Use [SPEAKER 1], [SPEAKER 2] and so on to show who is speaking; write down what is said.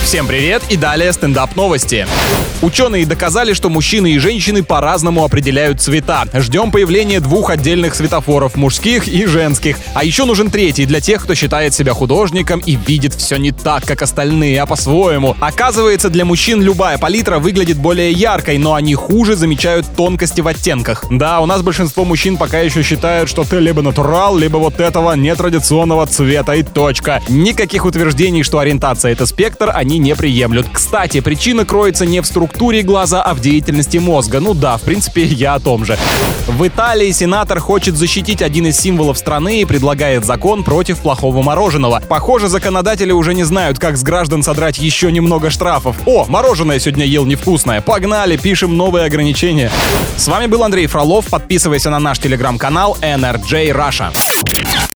[SPEAKER 1] Всем привет и далее стендап-новости. Ученые доказали, что мужчины и женщины по-разному определяют цвета. Ждем появления 2 отдельных светофоров, мужских и женских. А еще нужен третий для тех, кто считает себя художником и видит все не так, как остальные, а по-своему. Оказывается, для мужчин любая палитра выглядит более яркой, но они хуже замечают тонкости в оттенках. Да, у нас большинство мужчин пока еще считают, что ты либо натурал, либо вот этого нетрадиционного цвета и точка. Никаких утверждений, что ориентация — это спектр, они не приемлют. Кстати, причина кроется не в структуре глаза, а в деятельности мозга. Ну да, в принципе, я о том же. В Италии сенатор хочет защитить один из символов страны и предлагает закон против плохого мороженого. Похоже, законодатели уже не знают, как с граждан содрать еще немного штрафов. О, мороженое сегодня ел невкусное. Погнали, пишем новые ограничения. С вами был Андрей Фролов. Подписывайся на наш телеграм-канал NRJ Russia.